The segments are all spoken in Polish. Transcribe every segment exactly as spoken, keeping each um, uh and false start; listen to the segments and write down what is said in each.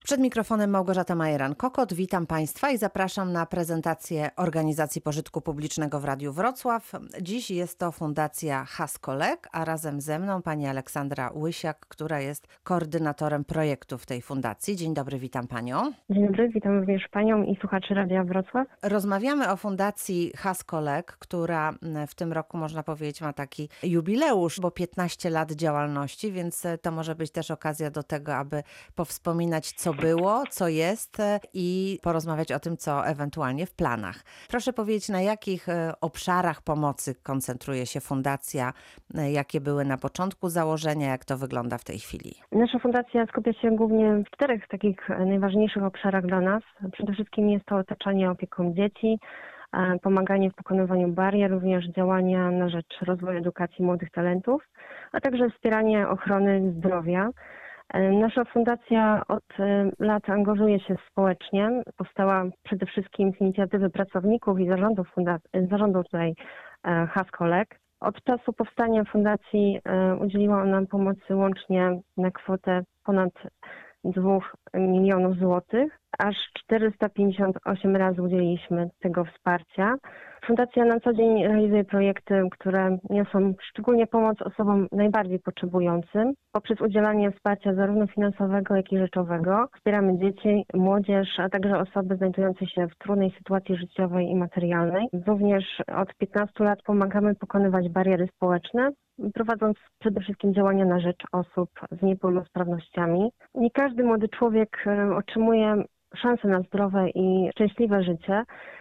Przed mikrofonem Małgorzata Majeran-Kokot. Witam Państwa i zapraszam na prezentację Organizacji Pożytku Publicznego w Radiu Wrocław. Dziś jest to Fundacja Haskolek, a razem ze mną pani Aleksandra Łysiak, która jest koordynatorem projektu w tej fundacji. Dzień dobry, witam Panią. Dzień dobry, witam również Panią i słuchaczy Radia Wrocław. Rozmawiamy o Fundacji Haskolek, która w tym roku, można powiedzieć, ma taki jubileusz, bo piętnaście lat działalności, więc to może być też okazja do tego, aby powspominać, co było, co jest i porozmawiać o tym, co ewentualnie w planach. Proszę powiedzieć, na jakich obszarach pomocy koncentruje się fundacja, jakie były na początku założenia, jak to wygląda w tej chwili? Nasza fundacja skupia się głównie w czterech takich najważniejszych obszarach dla nas. Przede wszystkim jest to otaczanie opieką dzieci, pomaganie w pokonywaniu barier, również działania na rzecz rozwoju edukacji młodych talentów, a także wspieranie ochrony zdrowia. Nasza fundacja od lat angażuje się społecznie. Powstała przede wszystkim z inicjatywy pracowników i zarządu, funda- zarządu tutaj Haskolek. Od czasu powstania fundacji udzieliła ona nam pomocy łącznie na kwotę ponad dwóch milionów złotych. Aż czterysta pięćdziesiąt osiem razy udzieliliśmy tego wsparcia. Fundacja na co dzień realizuje projekty, które niosą szczególnie pomoc osobom najbardziej potrzebującym. Poprzez udzielanie wsparcia zarówno finansowego, jak i rzeczowego wspieramy dzieci, młodzież, a także osoby znajdujące się w trudnej sytuacji życiowej i materialnej. Również od piętnastu lat pomagamy pokonywać bariery społeczne, prowadząc przede wszystkim działania na rzecz osób z niepełnosprawnościami. Nie każdy młody człowiek otrzymuje szansę na zdrowe i szczęśliwe życie,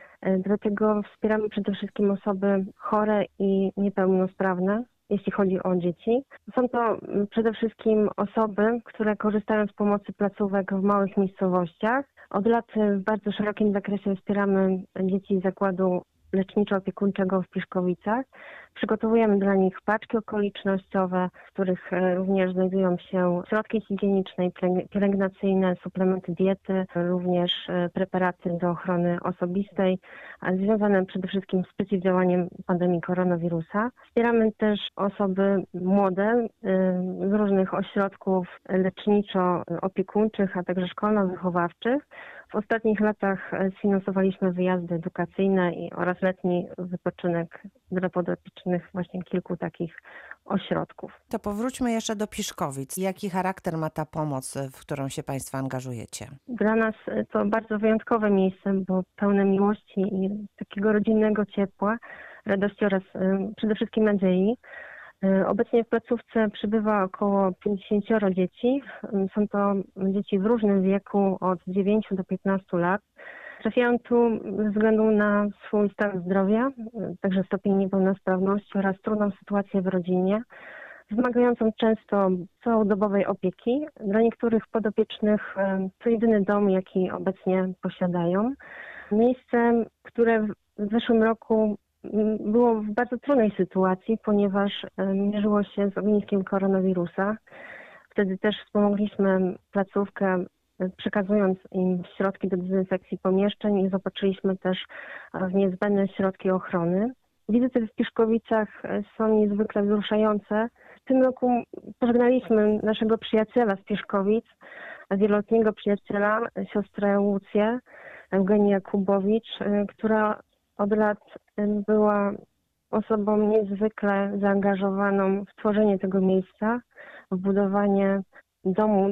dlatego wspieramy przede wszystkim osoby chore i niepełnosprawne, jeśli chodzi o dzieci. Są to przede wszystkim osoby, które korzystają z pomocy placówek w małych miejscowościach. Od lat w bardzo szerokim zakresie wspieramy dzieci z zakładu leczniczo-opiekuńczego w Piszkowicach. Przygotowujemy dla nich paczki okolicznościowe, w których również znajdują się środki higieniczne i pielęgnacyjne, suplementy diety, również preparaty do ochrony osobistej, związane przede wszystkim z przeciwdziałaniem pandemii koronawirusa. Wspieramy też osoby młode z różnych ośrodków leczniczo-opiekuńczych, a także szkolno-wychowawczych. W ostatnich latach sfinansowaliśmy wyjazdy edukacyjne i oraz letni wypoczynek dla podopiecznych właśnie kilku takich ośrodków. To powróćmy jeszcze do Piszkowic. Jaki charakter ma ta pomoc, w którą się Państwo angażujecie? Dla nas to bardzo wyjątkowe miejsce, bo pełne miłości i takiego rodzinnego ciepła, radości oraz przede wszystkim nadziei. Obecnie w placówce przybywa około pięćdziesięcioro dzieci. Są to dzieci w różnym wieku, od dziewięciu do piętnastu lat. Trafiają tu ze względu na swój stan zdrowia, także stopień niepełnosprawności oraz trudną sytuację w rodzinie, wymagającą często całodobowej opieki. Dla niektórych podopiecznych to jedyny dom, jaki obecnie posiadają. Miejsce, które w zeszłym roku było w bardzo trudnej sytuacji, ponieważ mierzyło się z ogniskiem koronawirusa. Wtedy też wspomogliśmy placówkę, przekazując im środki do dezynfekcji pomieszczeń i zaopatrzyliśmy też w niezbędne środki ochrony. Wizyty w Piszkowicach są niezwykle wzruszające. W tym roku pożegnaliśmy naszego przyjaciela z Piszkowic, wieloletniego przyjaciela, siostrę Łucję, Eugenię Jakubowicz, która od lat była osobą niezwykle zaangażowaną w tworzenie tego miejsca, w budowanie domu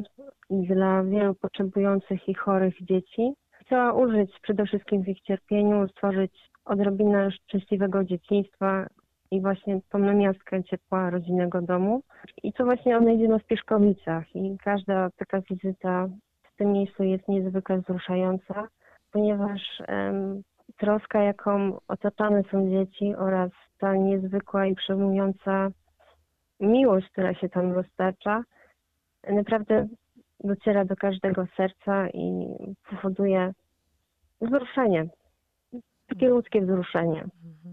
dla wielu potrzebujących i chorych dzieci. Chciała ulżyć przede wszystkim w ich cierpieniu, stworzyć odrobinę szczęśliwego dzieciństwa i właśnie tą namiastkę ciepła rodzinnego domu. I to właśnie odnajdziemy w Piszkowicach i każda taka wizyta w tym miejscu jest niezwykle wzruszająca, ponieważ em, troska, jaką otaczane są dzieci oraz ta niezwykła i przejmująca miłość, która się tam roztacza, naprawdę dociera do każdego serca i powoduje wzruszenie, takie ludzkie wzruszenie.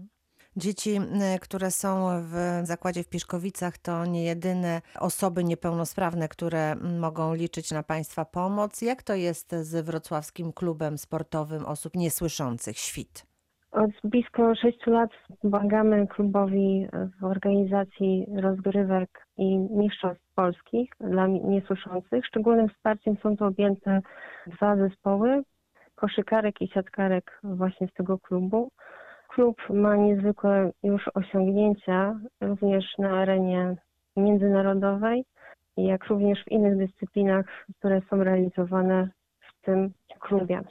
Dzieci, które są w zakładzie w Piszkowicach, to nie jedyne osoby niepełnosprawne, które mogą liczyć na Państwa pomoc. Jak to jest z Wrocławskim Klubem Sportowym Osób Niesłyszących, Świt? Od blisko sześciu lat pomagamy klubowi w organizacji rozgrywek i mistrzostw polskich dla niesłyszących. Szczególnym wsparciem są tu objęte dwa zespoły, koszykarek i siatkarek właśnie z tego klubu. Klub ma niezwykłe już osiągnięcia również na arenie międzynarodowej, jak również w innych dyscyplinach, które są realizowane w tym klubie.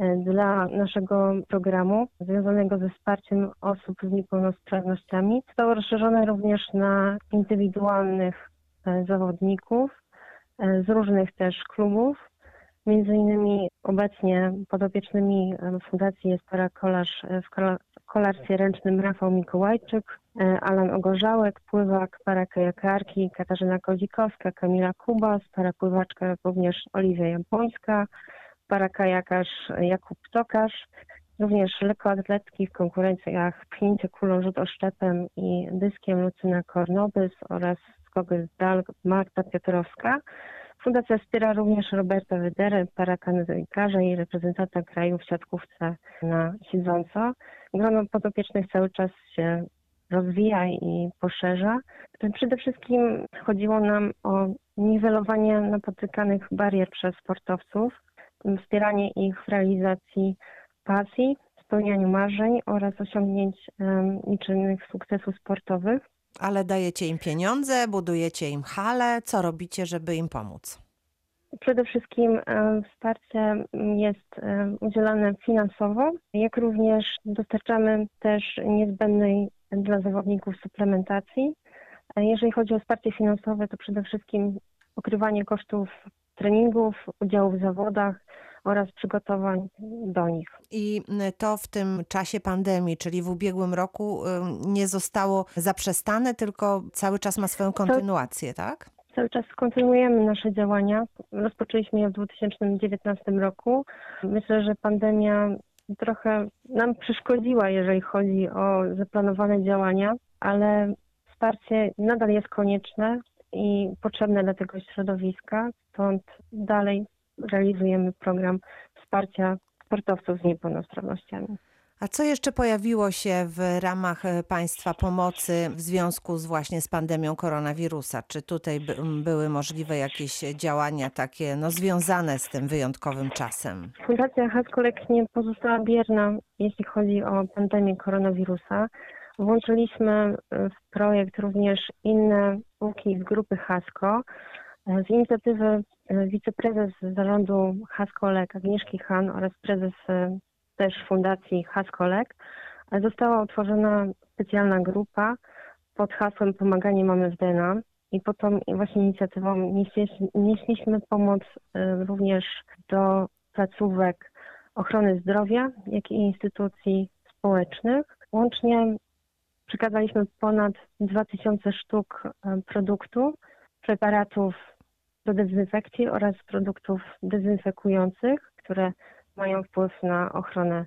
Dla naszego programu związanego ze wsparciem osób z niepełnosprawnościami zostało rozszerzone również na indywidualnych zawodników z różnych też klubów. Między innymi obecnie podopiecznymi fundacji jest parakolarz w kolarstwie ręcznym Rafał Mikołajczyk, Alan Ogorzałek, pływak, parakajakarki Katarzyna Kozikowska, Kamila Kubas, parapływaczka również Oliwia Japońska, parakajakarz Jakub Tokarz, również lekkoatletki w konkurencjach pchnięcie kulą, rzut oszczepem i dyskiem Lucyna Kornobys oraz skok z dal Marta Piotrowska. Fundacja wspiera również Roberta Wyderę, parakanoikarza i reprezentanta kraju w siatkówce na siedząco. Grono podopiecznych cały czas się rozwija i poszerza. Przede wszystkim chodziło nam o niwelowanie napotykanych barier przez sportowców, wspieranie ich w realizacji pasji, spełnianiu marzeń oraz osiągnięć um, licznych sukcesów sportowych. Ale dajecie im pieniądze, budujecie im hale. Co robicie, żeby im pomóc? Przede wszystkim um, wsparcie jest um, udzielane finansowo, jak również dostarczamy też niezbędnej dla zawodników suplementacji. Jeżeli chodzi o wsparcie finansowe, to przede wszystkim pokrywanie kosztów treningów, udziału w zawodach oraz przygotowań do nich. I to w tym czasie pandemii, czyli w ubiegłym roku, nie zostało zaprzestane, tylko cały czas ma swoją kontynuację, tak? Cały czas kontynuujemy nasze działania. Rozpoczęliśmy je w dwa tysiące dziewiętnastym roku. Myślę, że pandemia trochę nam przeszkodziła, jeżeli chodzi o zaplanowane działania, ale wsparcie nadal jest konieczne i potrzebne dla tego środowiska, stąd dalej realizujemy program wsparcia sportowców z niepełnosprawnościami. A co jeszcze pojawiło się w ramach Państwa pomocy w związku z właśnie z pandemią koronawirusa? Czy tutaj by, były możliwe jakieś działania takie no, związane z tym wyjątkowym czasem? Fundacja Haskolek nie pozostała bierna, jeśli chodzi o pandemię koronawirusa. Włączyliśmy w projekt również inne spółki z grupy Hasko. Z inicjatywy wiceprezes zarządu Haskolek Agnieszki Han oraz prezes też fundacji Haskolek została utworzona specjalna grupa pod hasłem Pomaganie mamy w D N A i po tą właśnie inicjatywą nieśliśmy pomoc również do placówek ochrony zdrowia, jak i instytucji społecznych. Łącznie przekazaliśmy ponad dwa tysiące sztuk produktu, preparatów do dezynfekcji oraz produktów dezynfekujących, które mają wpływ na ochronę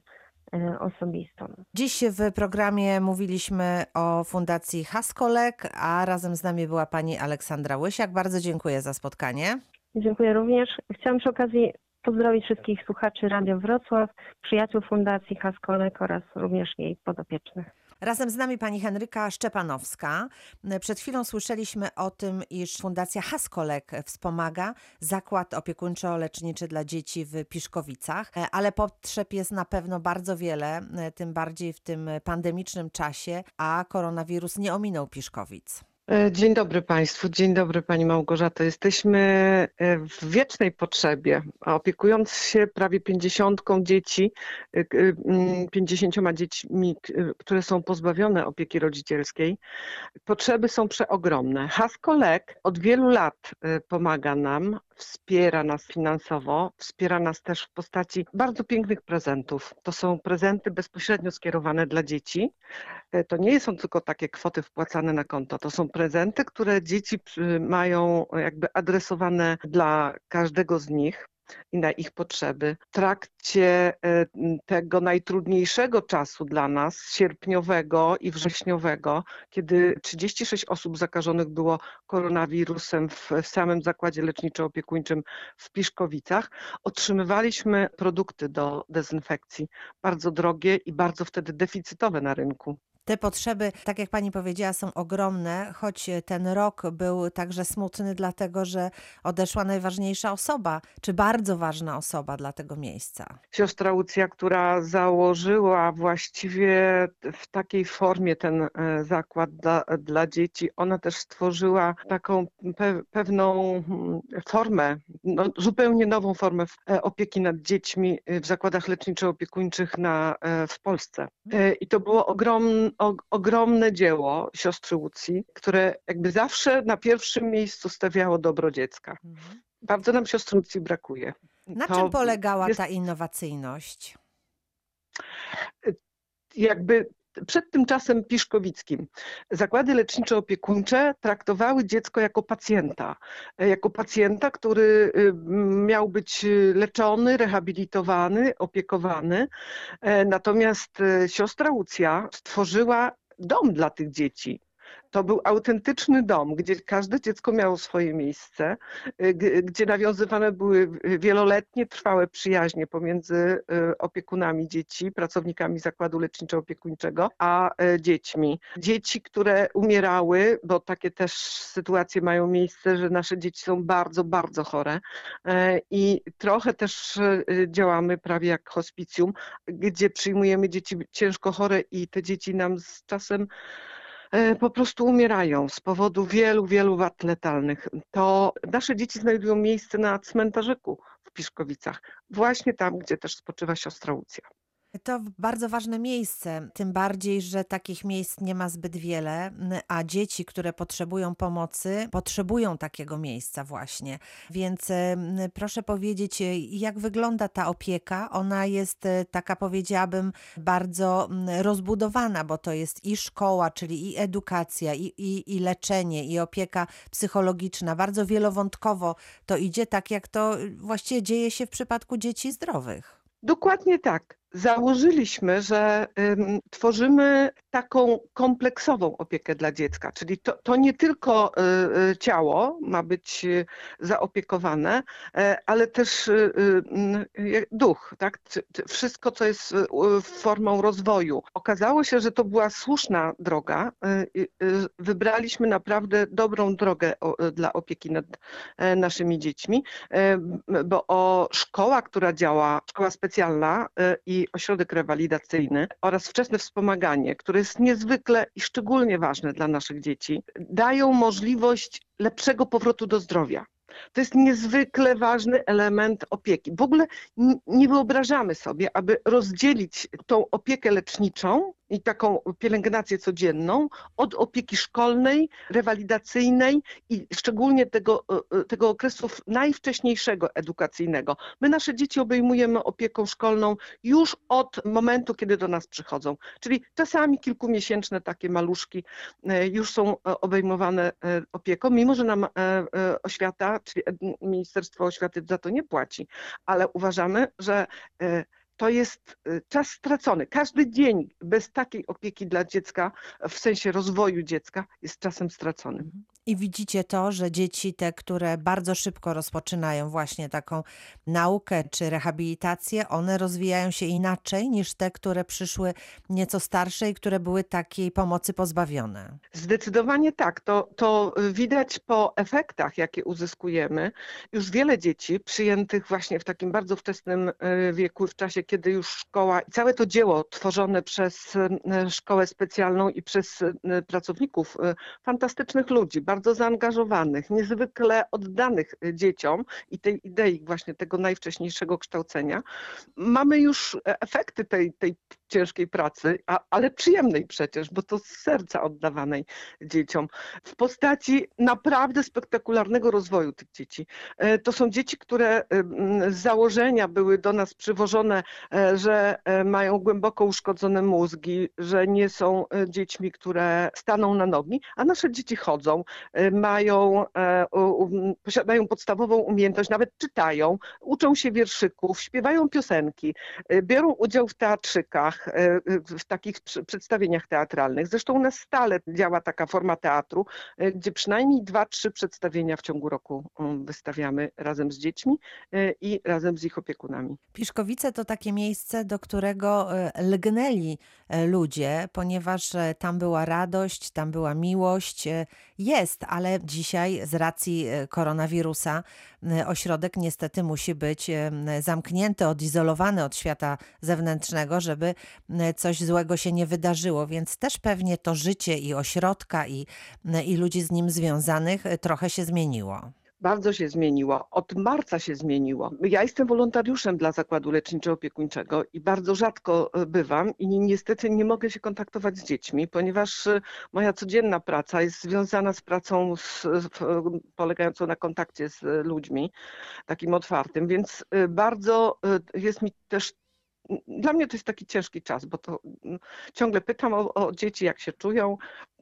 osobistą. Dziś w programie mówiliśmy o Fundacji Haskolek, a razem z nami była pani Aleksandra Łysiak. Bardzo dziękuję za spotkanie. Dziękuję również. Chciałam przy okazji pozdrowić wszystkich słuchaczy Radia Wrocław, przyjaciół Fundacji Haskolek oraz również jej podopiecznych. Razem z nami pani Henryka Szczepanowska. Przed chwilą słyszeliśmy o tym, iż Fundacja Haskolek wspomaga zakład opiekuńczo-leczniczy dla dzieci w Piszkowicach, ale potrzeb jest na pewno bardzo wiele, tym bardziej w tym pandemicznym czasie, a koronawirus nie ominął Piszkowic. Dzień dobry Państwu, dzień dobry Pani Małgorzato. Jesteśmy w wiecznej potrzebie, a opiekując się prawie pięćdziesiątką dzieci, pięćdziesięcioma dziećmi, które są pozbawione opieki rodzicielskiej, potrzeby są przeogromne. Haskolek od wielu lat pomaga nam, wspiera nas finansowo, wspiera nas też w postaci bardzo pięknych prezentów. To są prezenty bezpośrednio skierowane dla dzieci. To nie są tylko takie kwoty wpłacane na konto, to są prezenty, które dzieci mają jakby adresowane dla każdego z nich. i na ich potrzeby. W trakcie tego najtrudniejszego czasu dla nas, sierpniowego i wrześniowego, kiedy trzydzieści sześć osób zakażonych było koronawirusem w samym zakładzie leczniczo-opiekuńczym w Piszkowicach, otrzymywaliśmy produkty do dezynfekcji, bardzo drogie i bardzo wtedy deficytowe na rynku. Te potrzeby, tak jak pani powiedziała, są ogromne, choć ten rok był także smutny, dlatego że odeszła najważniejsza osoba, czy bardzo ważna osoba dla tego miejsca. Siostra Łucja, która założyła właściwie w takiej formie ten zakład dla, dla dzieci, ona też stworzyła taką pe, pewną formę, no, zupełnie nową formę opieki nad dziećmi w zakładach leczniczo-opiekuńczych na, w Polsce. I to było ogromne O, ogromne dzieło siostry Łucji, które jakby zawsze na pierwszym miejscu stawiało dobro dziecka. Mhm. Bardzo nam siostry Łucji brakuje. Na to czym polegała jest, ta innowacyjność? Jakby przed tym czasem piszkowickim zakłady leczniczo-opiekuńcze traktowały dziecko jako pacjenta. Jako pacjenta, który miał być leczony, rehabilitowany, opiekowany. Natomiast siostra Łucja stworzyła dom dla tych dzieci. To był autentyczny dom, gdzie każde dziecko miało swoje miejsce, gdzie nawiązywane były wieloletnie, trwałe przyjaźnie pomiędzy opiekunami dzieci, pracownikami zakładu leczniczo-opiekuńczego, a dziećmi. Dzieci, które umierały, bo takie też sytuacje mają miejsce, że nasze dzieci są bardzo, bardzo chore i trochę też działamy prawie jak hospicjum, gdzie przyjmujemy dzieci ciężko chore i te dzieci nam z czasem po prostu umierają z powodu wielu, wielu wad letalnych. To nasze dzieci znajdują miejsce na cmentarzyku w Piszkowicach, właśnie tam, gdzie też spoczywa siostra Łucja. To bardzo ważne miejsce, tym bardziej, że takich miejsc nie ma zbyt wiele, a dzieci, które potrzebują pomocy, potrzebują takiego miejsca właśnie. Więc proszę powiedzieć, jak wygląda ta opieka? Ona jest taka, powiedziałabym, bardzo rozbudowana, bo to jest i szkoła, czyli i edukacja, i, i, i leczenie, i opieka psychologiczna. Bardzo wielowątkowo to idzie, tak jak to właściwie dzieje się w przypadku dzieci zdrowych. Dokładnie tak. Założyliśmy, że y, tworzymy taką kompleksową opiekę dla dziecka, czyli to, to nie tylko y, y, ciało ma być y, zaopiekowane, y, ale też y, y, duch, tak? Wszystko, co jest y, formą rozwoju. Okazało się, że to była słuszna droga. Y, y, wybraliśmy naprawdę dobrą drogę o, dla opieki nad y, naszymi dziećmi, y, bo o szkoła, która działa, szkoła specjalna y, i ośrodek rewalidacyjny oraz wczesne wspomaganie, które jest niezwykle i szczególnie ważne dla naszych dzieci, dają możliwość lepszego powrotu do zdrowia. To jest niezwykle ważny element opieki. W ogóle nie wyobrażamy sobie, aby rozdzielić tą opiekę leczniczą i taką pielęgnację codzienną od opieki szkolnej, rewalidacyjnej i szczególnie tego, tego okresu najwcześniejszego edukacyjnego. My nasze dzieci obejmujemy opieką szkolną już od momentu, kiedy do nas przychodzą. Czyli czasami kilkumiesięczne takie maluszki już są obejmowane opieką, mimo że nam oświata, czyli Ministerstwo Oświaty za to nie płaci, ale uważamy, że to jest czas stracony. Każdy dzień bez takiej opieki dla dziecka, w sensie rozwoju dziecka, jest czasem straconym. I widzicie to, że dzieci te, które bardzo szybko rozpoczynają właśnie taką naukę czy rehabilitację, one rozwijają się inaczej niż te, które przyszły nieco starsze i które były takiej pomocy pozbawione. Zdecydowanie tak. To, to widać po efektach, jakie uzyskujemy. Już wiele dzieci przyjętych właśnie w takim bardzo wczesnym wieku, w czasie, kiedy już szkoła, całe to dzieło tworzone przez szkołę specjalną i przez pracowników, fantastycznych ludzi, bardzo zaangażowanych, niezwykle oddanych dzieciom i tej idei właśnie tego najwcześniejszego kształcenia. Mamy już efekty tej, tej ciężkiej pracy, a, ale przyjemnej przecież, bo to z serca oddawanej dzieciom, w postaci naprawdę spektakularnego rozwoju tych dzieci. To są dzieci, które z założenia były do nas przywożone, że mają głęboko uszkodzone mózgi, że nie są dziećmi, które staną na nogi, a nasze dzieci chodzą, e, mają, e, u, u, posiadają podstawową umiejętność, nawet czytają, uczą się wierszyków, śpiewają piosenki, e, biorą udział w teatrzykach, e, w takich przy- przedstawieniach teatralnych. Zresztą u nas stale działa taka forma teatru, e, gdzie przynajmniej dwa, trzy przedstawienia w ciągu roku um, wystawiamy razem z dziećmi e, i razem z ich opiekunami. Piszkowice to takie miejsce, do którego e, lgnęli e, ludzie, ponieważ e, tam była radość, tam była miłość. e, Jest, ale dzisiaj z racji e, koronawirusa e, ośrodek niestety musi być e, m, zamknięty, odizolowany od świata zewnętrznego, żeby e, coś złego się nie wydarzyło, więc też pewnie to życie i ośrodka i, e, i ludzi z nim związanych e, trochę się zmieniło. Bardzo się zmieniło. Od marca się zmieniło. Ja jestem wolontariuszem dla Zakładu Leczniczo-Opiekuńczego i bardzo rzadko e, bywam i ni- niestety nie mogę się kontaktować z dziećmi, ponieważ e, moja codzienna praca jest związana z pracą z, w- polegającą na kontakcie z e, ludźmi, takim otwartym, więc e, bardzo e, jest mi też dla mnie to jest taki ciężki czas, bo to mm, ciągle pytam o, o dzieci, jak się czują,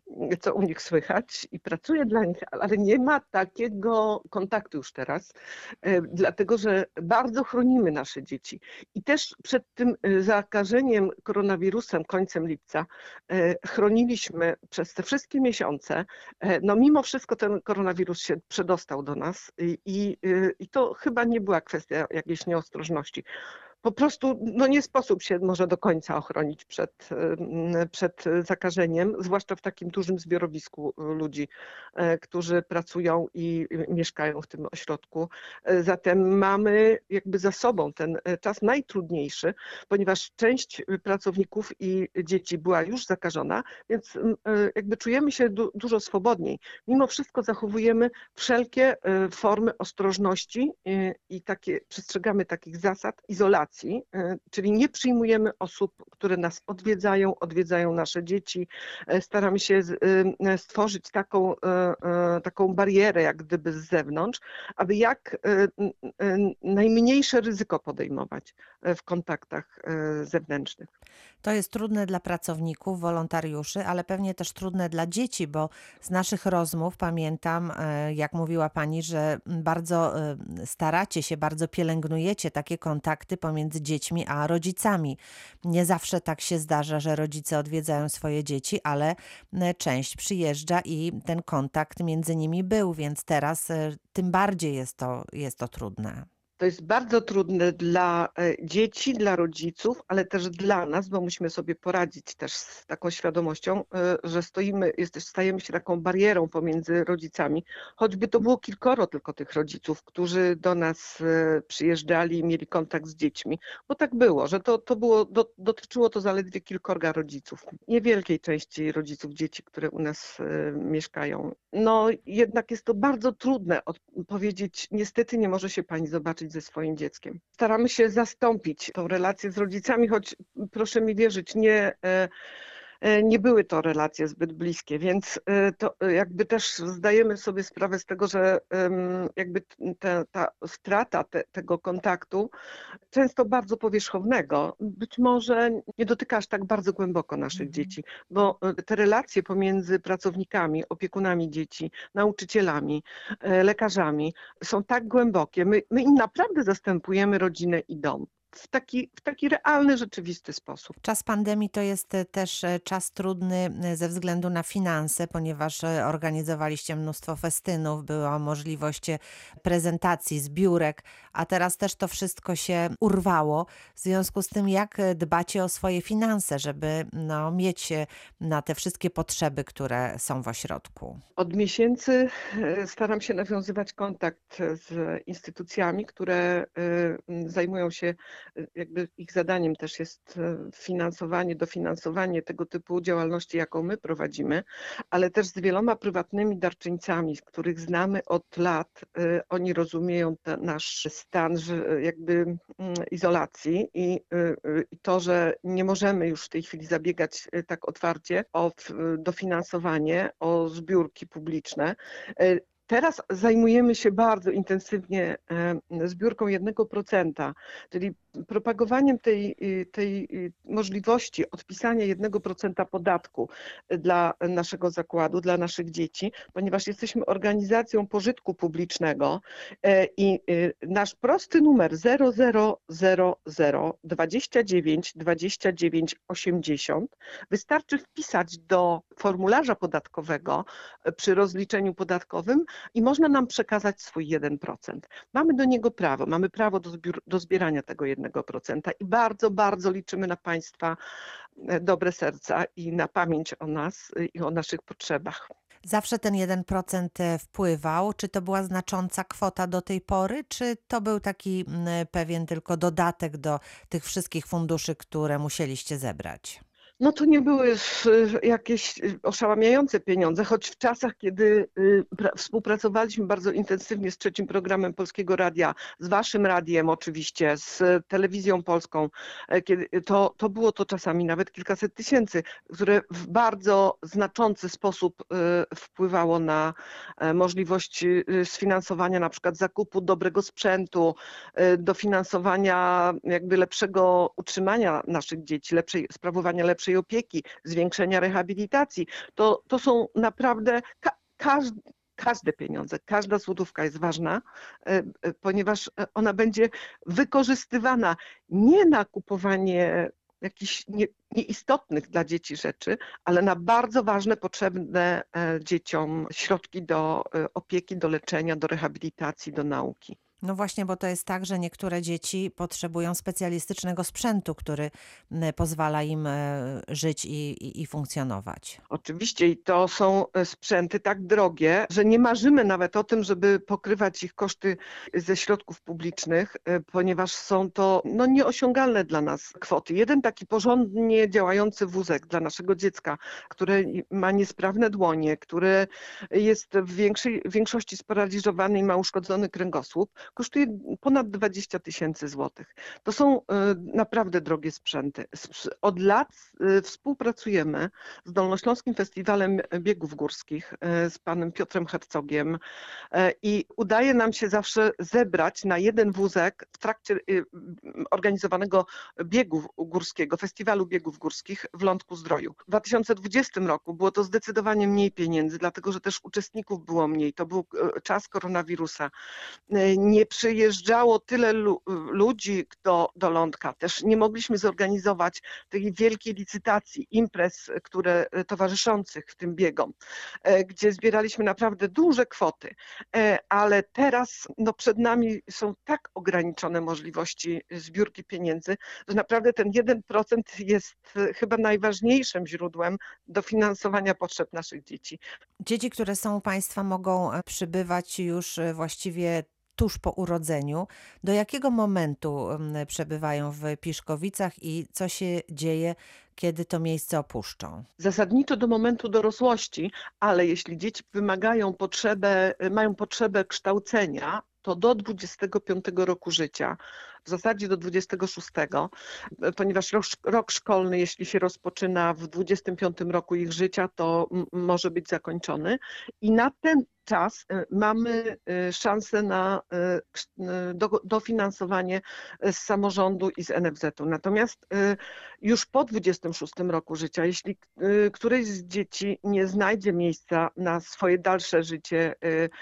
co u nich słychać i pracuję dla nich, ale nie ma takiego kontaktu już teraz, e, dlatego że bardzo chronimy nasze dzieci. I też przed tym e, zakażeniem koronawirusem końcem lipca e, chroniliśmy przez te wszystkie miesiące. E, No mimo wszystko ten koronawirus się przedostał do nas i, i, e, i to chyba nie była kwestia jakiejś nieostrożności. Po prostu no nie sposób się może do końca ochronić przed, em, przed zakażeniem, zwłaszcza w takim dużym zbiorowisku ludzi, e, którzy pracują i mieszkają w tym ośrodku. E, Zatem mamy jakby za sobą ten e, czas najtrudniejszy, ponieważ część pracowników i dzieci była już zakażona, więc m, e, jakby czujemy się du dużo swobodniej. Mimo wszystko zachowujemy wszelkie e, formy ostrożności e, i takie, przestrzegamy takich zasad izolacji. e, Czyli nie przyjmujemy osób, które nas odwiedzają, odwiedzają nasze dzieci. E, Staramy się z- e, stworzyć taką, e, e, taką barierę, jak gdyby z zewnątrz, aby jak e, n- e, najmniejsze ryzyko podejmować e, w kontaktach e, zewnętrznych. To jest trudne dla pracowników, wolontariuszy, ale pewnie też trudne dla dzieci, bo z naszych rozmów pamiętam, e, jak mówiła pani, że bardzo e, staracie się, bardzo pielęgnujecie takie kontakty pomiędzy dziećmi a rodzicami. Nie zawsze tak się zdarza, że rodzice odwiedzają swoje dzieci, ale e, część przyjeżdża i ten kontakt między nimi był, więc teraz e, tym bardziej jest to, jest to trudne. To jest bardzo trudne dla e, dzieci, dla rodziców, ale też dla nas, bo musimy sobie poradzić też z taką świadomością, e, że stoimy, jesteś, stajemy się taką barierą pomiędzy rodzicami, choćby to było kilkoro tylko tych rodziców, którzy do nas e, przyjeżdżali i mieli kontakt z dziećmi, bo tak było, że to, to było, do, dotyczyło to zaledwie kilkorga rodziców, niewielkiej części rodziców dzieci, które u nas e, mieszkają. No jednak jest to bardzo trudne odpowiedzieć, niestety nie może się pani zobaczyć ze swoim dzieckiem. Staramy się zastąpić tą relację z rodzicami, choć proszę mi wierzyć, nie, e, e, nie były to relacje zbyt bliskie, więc e, to e, jakby też zdajemy sobie sprawę z tego, że em, jakby ta, ta strata te, tego kontaktu, często bardzo powierzchownego, być może nie dotyka aż tak bardzo głęboko naszych Mhm. dzieci, bo e, te relacje pomiędzy pracownikami, opiekunami dzieci, nauczycielami, e, lekarzami są tak głębokie. My, my im naprawdę zastępujemy rodzinę i dom w taki, w taki realny, rzeczywisty sposób. Czas pandemii to jest e, też e, czas trudny e, ze względu na finanse, ponieważ e, organizowaliście mnóstwo festynów, była możliwość e, prezentacji, zbiórek, a teraz też to wszystko się urwało. W związku z tym, jak e, dbacie o swoje finanse, żeby no, mieć e, na te wszystkie potrzeby, które są w ośrodku? Od miesięcy e, staram się nawiązywać kontakt z instytucjami, które e, m, zajmują się, e, jakby ich zadaniem też jest e, finansowanie, dofinansowanie tego typu działalności, jaką my prowadzimy, ale też z wieloma prywatnymi darczyńcami, których znamy od lat. E, Oni rozumieją te, nasz stan, że e, jakby mm, izolacji i, e, e, i to, że nie możemy już w tej chwili zabiegać e, tak otwarcie o w- dofinansowanie, o zbiórki publiczne. E, Teraz zajmujemy się bardzo intensywnie zbiórką jednego procenta, czyli propagowaniem tej, tej możliwości odpisania jednego procenta podatku dla naszego zakładu, dla naszych dzieci, ponieważ jesteśmy organizacją pożytku publicznego i nasz prosty numer zero zero zero zero dwadzieścia dziewięć dwadzieścia dziewięć osiemdziesiąt wystarczy wpisać do formularza podatkowego przy rozliczeniu podatkowym i można nam przekazać swój jeden procent. Mamy do niego prawo, mamy prawo do, zbiór, do zbierania tego jednego procenta i bardzo, bardzo liczymy na Państwa dobre serca i na pamięć o nas i o naszych potrzebach. Zawsze ten jeden procent wpływał? Czy to była znacząca kwota do tej pory, czy to był taki pewien tylko dodatek do tych wszystkich funduszy, które musieliście zebrać? No to nie były jakieś oszałamiające pieniądze, choć w czasach, kiedy współpracowaliśmy bardzo intensywnie z trzecim programem Polskiego Radia, z waszym radiem oczywiście, z telewizją polską, kiedy to, to było to czasami nawet kilkaset tysięcy, które w bardzo znaczący sposób wpływało na możliwość sfinansowania na przykład zakupu dobrego sprzętu, dofinansowania jakby lepszego utrzymania naszych dzieci, lepszej, sprawowania lepszej opieki, zwiększenia rehabilitacji. To, to są naprawdę ka każde, każde pieniądze, każda złotówka jest ważna, ponieważ ona będzie wykorzystywana nie na kupowanie jakichś nie, nieistotnych dla dzieci rzeczy, ale na bardzo ważne, potrzebne dzieciom środki do opieki, do leczenia, do rehabilitacji, do nauki. No właśnie, bo to jest tak, że niektóre dzieci potrzebują specjalistycznego sprzętu, który pozwala im żyć i, i, i funkcjonować. Oczywiście i to są sprzęty tak drogie, że nie marzymy nawet o tym, żeby pokrywać ich koszty ze środków publicznych, ponieważ są to no, nieosiągalne dla nas kwoty. Jeden taki porządnie działający wózek dla naszego dziecka, które ma niesprawne dłonie, które jest w większej, w większości sparaliżowany i ma uszkodzony kręgosłup, kosztuje ponad dwadzieścia tysięcy złotych. To są naprawdę drogie sprzęty. Od lat współpracujemy z Dolnośląskim Festiwalem Biegów Górskich, z panem Piotrem Hercogiem i udaje nam się zawsze zebrać na jeden wózek w trakcie organizowanego biegu górskiego, Festiwalu Biegów Górskich w Lądku-Zdroju. W dwa tysiące dwudziestym roku było to zdecydowanie mniej pieniędzy, dlatego że też uczestników było mniej. To był czas koronawirusa. Nie przyjeżdżało tyle lu ludzi do, do Lądka. Też nie mogliśmy zorganizować tej wielkiej licytacji, imprez, które towarzyszących tym biegom, gdzie zbieraliśmy naprawdę duże kwoty. Ale teraz no, przed nami są tak ograniczone możliwości zbiórki pieniędzy, że naprawdę ten jeden procent jest chyba najważniejszym źródłem dofinansowania potrzeb naszych dzieci. Dzieci, które są u Państwa, mogą przybywać już właściwie tuż po urodzeniu. Do jakiego momentu przebywają w Piszkowicach i co się dzieje, kiedy to miejsce opuszczą? Zasadniczo do momentu dorosłości, ale jeśli dzieci wymagają potrzebę, mają potrzebę kształcenia, to do dwudziestego piątego roku życia, w zasadzie do dwudziestego szóstego, ponieważ rok, rok szkolny, jeśli się rozpoczyna w dwudziestym piątym roku ich życia, to może być zakończony i na ten czas mamy szansę na do, dofinansowanie z samorządu i z N F Z u. Natomiast już po dwudziestym szóstym roku życia, jeśli któreś z dzieci nie znajdzie miejsca na swoje dalsze życie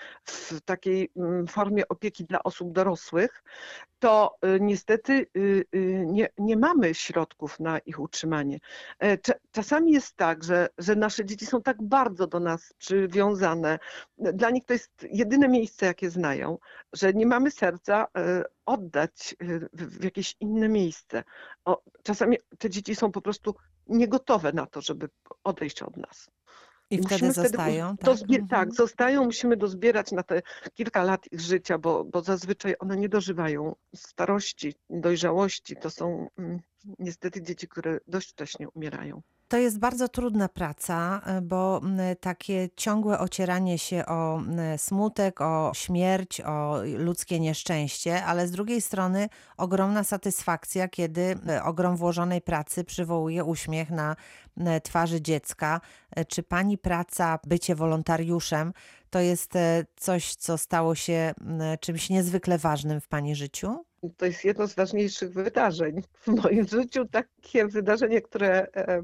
w takiej formie opieki dla osób dorosłych, to niestety nie, nie mamy środków na ich utrzymanie. Czasami jest tak, że, że nasze dzieci są tak bardzo do nas przywiązane, dla nich to jest jedyne miejsce, jakie znają, że nie mamy serca oddać w jakieś inne miejsce. O, czasami te dzieci są po prostu niegotowe na to, żeby odejść od nas. I I wtedy zostają, wtedy, tak? dozbie- tak, zostają, musimy dozbierać na te kilka lat ich życia, bo, bo zazwyczaj one nie dożywają starości, dojrzałości. To są mm, niestety dzieci, które dość wcześnie umierają. To jest bardzo trudna praca, bo takie ciągłe ocieranie się o smutek, o śmierć, o ludzkie nieszczęście, ale z drugiej strony ogromna satysfakcja, kiedy ogrom włożonej pracy przywołuje uśmiech na twarzy dziecka. Czy pani praca, bycie wolontariuszem, to jest e, coś, co stało się m, czymś niezwykle ważnym w pani życiu? To jest jedno z ważniejszych wydarzeń w moim życiu, takie wydarzenie, które e, e,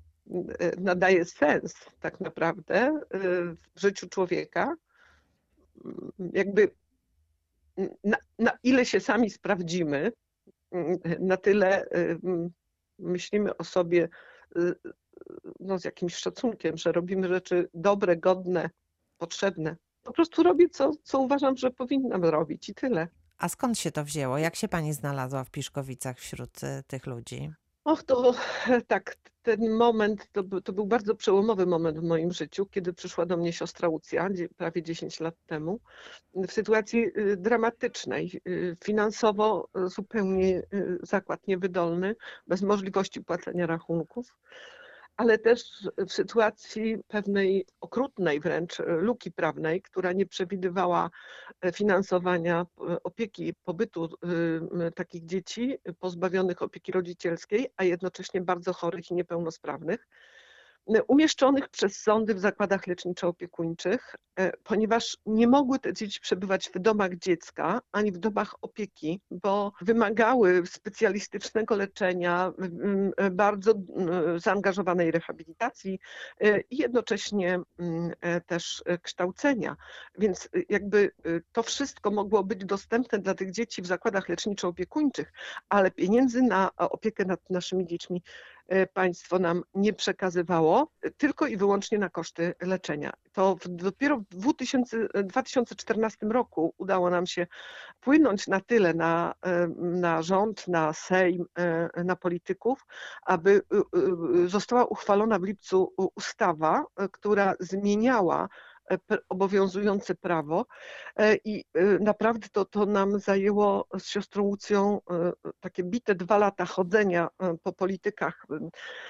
nadaje sens tak naprawdę e, w życiu człowieka. Mm, Jakby na, na ile się sami sprawdzimy, mm, na tyle y, mm, myślimy o sobie y, no, z jakimś szacunkiem, że robimy rzeczy dobre, godne, potrzebne. Po prostu robię, co, co uważam, że powinnam robić i tyle. A skąd się to wzięło? Jak się pani znalazła w Piszkowicach wśród e, tych ludzi? Och, to tak, ten moment, to, był- to był bardzo przełomowy moment w moim życiu, kiedy przyszła do mnie siostra Łucja, dzie- prawie dziesięć lat temu, w sytuacji y, dramatycznej, y, finansowo y, zupełnie y, zakład niewydolny, bez możliwości płacenia rachunków, ale też w sytuacji pewnej okrutnej wręcz e, luki prawnej, która nie przewidywała e, finansowania e, opieki, pobytu y, m, takich dzieci pozbawionych opieki rodzicielskiej, a jednocześnie bardzo chorych i niepełnosprawnych, e, umieszczonych przez sądy w zakładach leczniczo-opiekuńczych, e, ponieważ nie mogły te dzieci przebywać w domach dziecka ani w domach opieki, bo wymagały specjalistycznego leczenia, m, e, bardzo m, zaangażowanej rehabilitacji e, i jednocześnie m, e, też e, kształcenia. Więc e, jakby e, to wszystko mogło być dostępne dla tych dzieci w zakładach leczniczo-opiekuńczych, ale pieniędzy na opiekę nad naszymi dziećmi e, państwo nam nie przekazywało, e, tylko i wyłącznie na koszty leczenia. To w, dopiero w dwa tysiące dwa tysiące czternastym roku udało nam się wpłynąć na tyle na, e, na rząd, na Sejm, e, na polityków, aby e, e, została uchwalona w lipcu u- ustawa, e, która zmieniała e, p- obowiązujące prawo e, i e, naprawdę to, to nam zajęło z siostrą Łucją e, takie bite dwa lata chodzenia e, po politykach, e,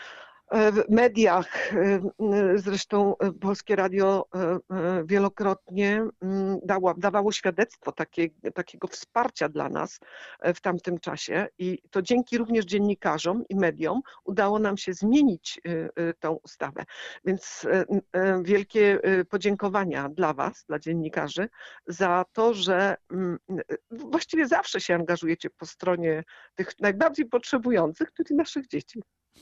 w mediach. e, Zresztą e, Polskie Radio e, e, wielokrotnie mm, dało, dawało świadectwo takie, takiego wsparcia dla nas e, w tamtym czasie i to dzięki również dziennikarzom i mediom udało nam się zmienić e, e, tą ustawę. Więc e, e, wielkie e, podziękowania dla Was, dla dziennikarzy, za to, że mm, e, właściwie zawsze się angażujecie po stronie tych najbardziej potrzebujących, czyli naszych dzieci.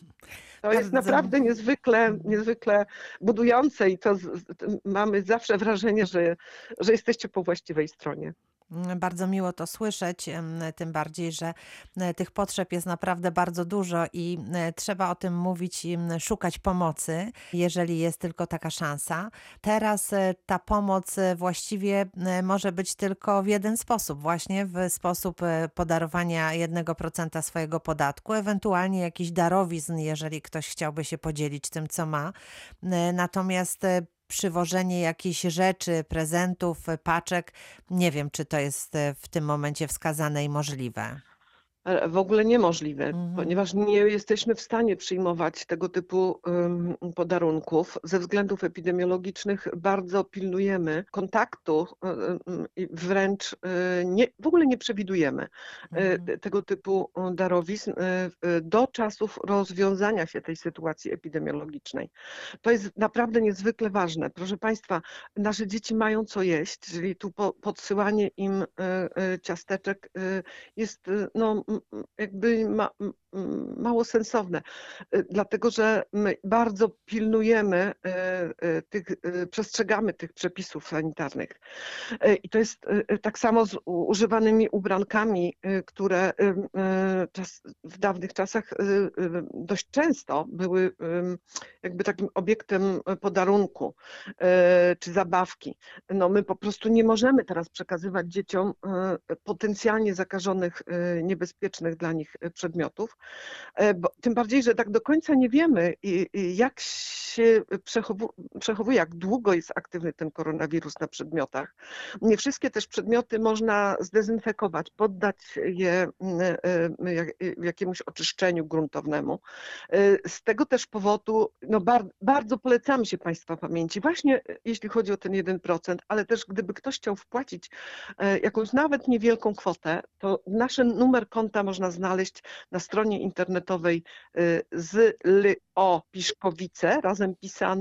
To jest Bardzo. naprawdę niezwykle, niezwykle budujące i to z, z- mamy zawsze wrażenie, że, że jesteście po właściwej stronie. Mm, Bardzo miło to słyszeć, em, tym bardziej, że e, tych potrzeb jest naprawdę bardzo dużo i e, trzeba o tym mówić i m, szukać pomocy, jeżeli jest tylko taka szansa. Teraz e, ta pomoc e, właściwie e, może być tylko w jeden sposób, właśnie w sposób e, podarowania jednego procenta swojego podatku, ewentualnie jakiś darowizn, jeżeli ktoś chciałby się podzielić tym, co ma. E, Natomiast e, przywożenie jakichś rzeczy, prezentów, e, paczek, nie wiem, czy to jest e, w tym momencie wskazane i możliwe. E, W ogóle niemożliwe, Mhm. ponieważ nie jesteśmy w stanie przyjmować tego typu ym, podarunków. Ze względów epidemiologicznych bardzo pilnujemy kontaktu y, y, i wręcz y, nie, w ogóle nie przewidujemy y, Mhm. te- tego typu y, darowizn y, y, do czasów rozwiązania się tej sytuacji epidemiologicznej. To jest naprawdę niezwykle ważne. Proszę Państwa, nasze dzieci mają co jeść, czyli tu po, podsyłanie im y, y, ciasteczek y, jest y, no, m- m- jakby ma, m- m- mało sensowne, y, dlatego że my bardzo pilnujemy y, y, tych, y, przestrzegamy tych przepisów sanitarnych. Y, I to jest y, y, tak samo z u- używanymi ubrankami, y, które y, y, czas, w dawnych czasach y, y, dość często były y, jakby takim obiektem podarunku y, czy zabawki. No my po prostu nie możemy teraz przekazywać dzieciom e, potencjalnie zakażonych, e, niebezpiecznych dla nich e, przedmiotów. E, Bo, tym bardziej, że tak do końca nie wiemy, i- i jak się przechowu, przechowuje, jak długo jest aktywny ten koronawirus na przedmiotach. Nie wszystkie też przedmioty można zdezynfekować, poddać je mm, e, jak- jakiemuś oczyszczeniu gruntownemu. E, Z tego też powodu no, bar, bardzo polecamy się Państwa pamięci, właśnie e, jeśli chodzi o ten jeden procent, ale też gdyby ktoś chciał wpłacić e, jakąś nawet niewielką kwotę, to nasz numer konta można znaleźć na stronie internetowej e, z L O Piszkowice, razem pisane,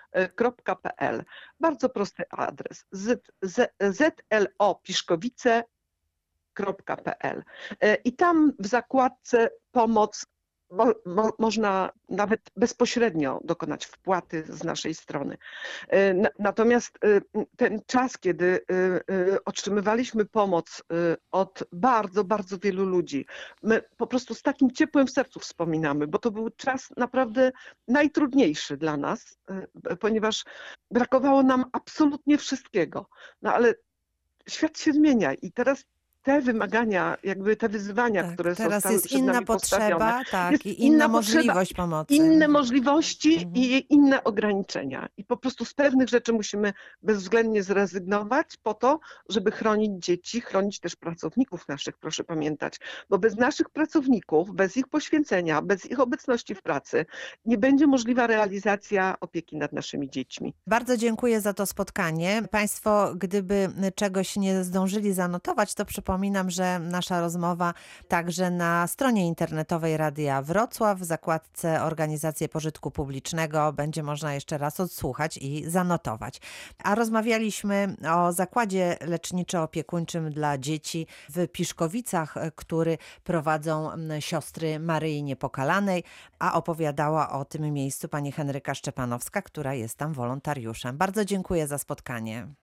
kropka p l. Bardzo prosty adres. Z, z, zlo kropka p l. I tam w zakładce pomoc Mo, mo, można nawet bezpośrednio dokonać wpłaty z naszej strony. Natomiast ten czas, kiedy otrzymywaliśmy pomoc od bardzo, bardzo wielu ludzi, my po prostu z takim ciepłem w sercu wspominamy, bo to był czas naprawdę najtrudniejszy dla nas, ponieważ brakowało nam absolutnie wszystkiego. No ale świat się zmienia i teraz te wymagania, jakby te wyzwania, Tak, które teraz zostały jest przed inna nami postawione, potrzeba, tak, jest i inna inna potrzeba, możliwość pomocy. inne możliwości Mhm. i inne ograniczenia. I po prostu z pewnych rzeczy musimy bezwzględnie zrezygnować po to, żeby chronić dzieci, chronić też pracowników naszych, proszę pamiętać. Bo bez naszych pracowników, bez ich poświęcenia, bez ich obecności w pracy nie będzie możliwa realizacja opieki nad naszymi dziećmi. Bardzo dziękuję za to spotkanie. Państwo, gdyby czegoś nie zdążyli zanotować, to przypominam, że nasza rozmowa także na stronie internetowej Radia Wrocław w zakładce Organizacje Pożytku Publicznego będzie można jeszcze raz odsłuchać i zanotować. A rozmawialiśmy o zakładzie leczniczo-opiekuńczym dla dzieci w Piszkowicach, który prowadzą siostry Maryi Niepokalanej, a opowiadała o tym miejscu pani Henryka Szczepanowska, która jest tam wolontariuszem. Bardzo dziękuję za spotkanie.